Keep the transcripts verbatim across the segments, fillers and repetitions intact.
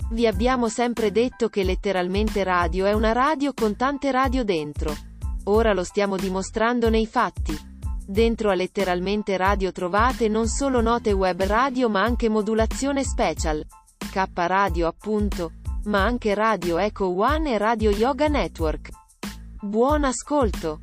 Vi abbiamo sempre detto che Letteralmente Radio è una radio con tante radio dentro. Ora lo stiamo dimostrando nei fatti. Dentro a Letteralmente Radio trovate non solo note web radio ma anche modulazione special. K Radio appunto. Ma anche Radio Echo One e Radio Yoga Network. Buon ascolto!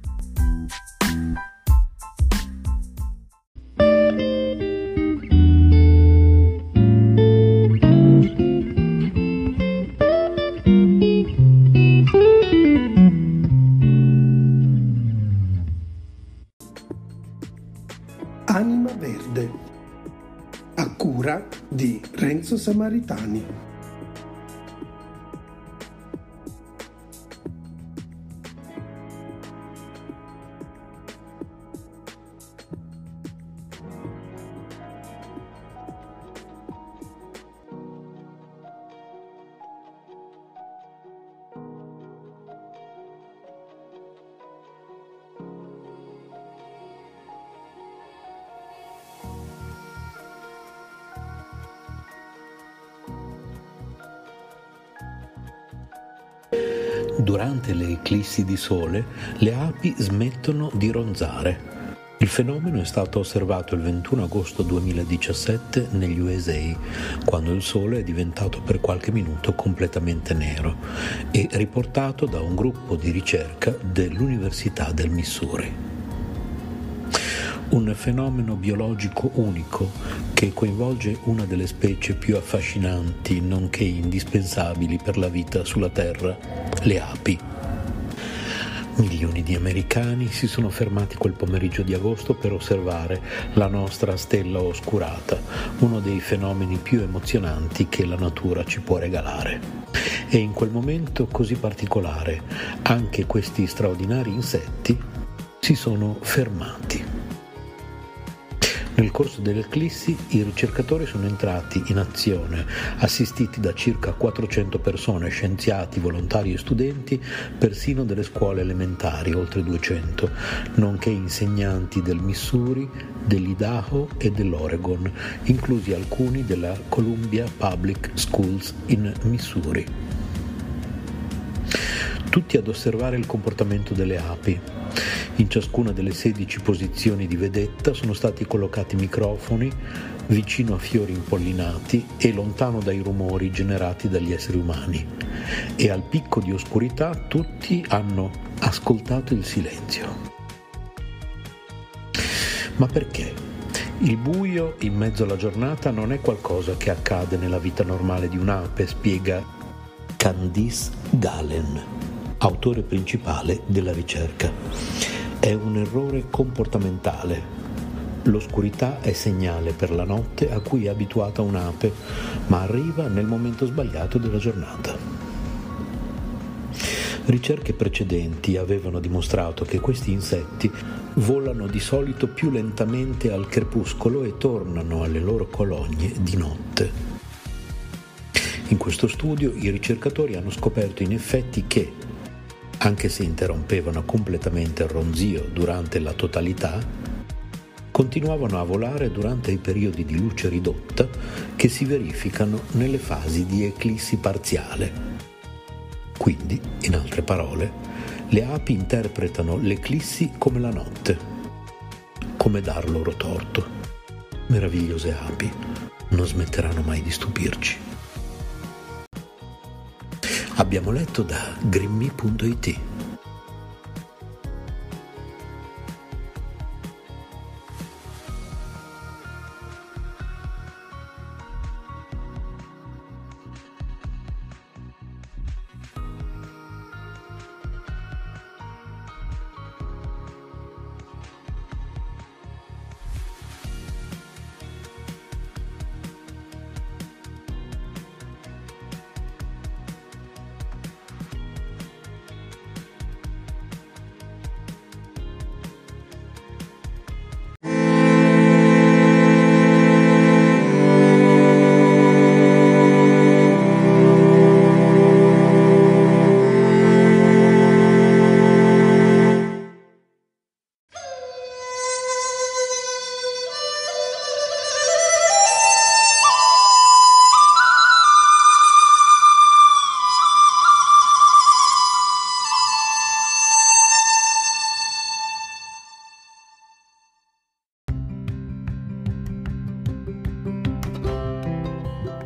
Anima Verde, a cura di Renzo Samaritani. Durante le eclissi di sole, le api smettono di ronzare. Il fenomeno è stato osservato il ventuno agosto duemiladiciassette negli U S A, quando il sole è diventato per qualche minuto completamente nero, e riportato da un gruppo di ricerca dell'Università del Missouri. Un fenomeno biologico unico che coinvolge una delle specie più affascinanti nonché indispensabili per la vita sulla Terra, le api. Milioni di americani si sono fermati quel pomeriggio di agosto per osservare la nostra stella oscurata, uno dei fenomeni più emozionanti che la natura ci può regalare. E in quel momento così particolare, anche questi straordinari insetti si sono fermati. Nel corso dell'eclissi i ricercatori sono entrati in azione, assistiti da circa quattrocento persone, scienziati, volontari e studenti, persino delle scuole elementari, oltre duecento, nonché insegnanti del Missouri, dell'Idaho e dell'Oregon, inclusi alcuni della Columbia Public Schools in Missouri. Tutti ad osservare il comportamento delle api. In ciascuna delle sedici posizioni di vedetta sono stati collocati microfoni vicino a fiori impollinati e lontano dai rumori generati dagli esseri umani. E al picco di oscurità tutti hanno ascoltato il silenzio. Ma perché? Il buio in mezzo alla giornata non è qualcosa che accade nella vita normale di un'ape, spiega Candice Galen, autore principale della ricerca. È un errore comportamentale. L'oscurità è segnale per la notte a cui è abituata un'ape, ma arriva nel momento sbagliato della giornata. Ricerche precedenti avevano dimostrato che questi insetti volano di solito più lentamente al crepuscolo e tornano alle loro colonie di notte. In questo studio i ricercatori hanno scoperto in effetti che, anche se interrompevano completamente il ronzio durante la totalità, continuavano a volare durante i periodi di luce ridotta che si verificano nelle fasi di eclissi parziale. Quindi, in altre parole, le api interpretano l'eclissi come la notte. Come dar loro torto? Meravigliose api, non smetteranno mai di stupirci. Abbiamo letto da green me punto it.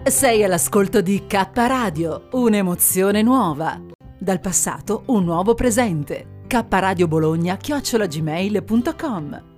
Sei all'ascolto di K Radio, un'emozione nuova. Dal passato un nuovo presente. K Radio Bologna chiocciola gmail punto com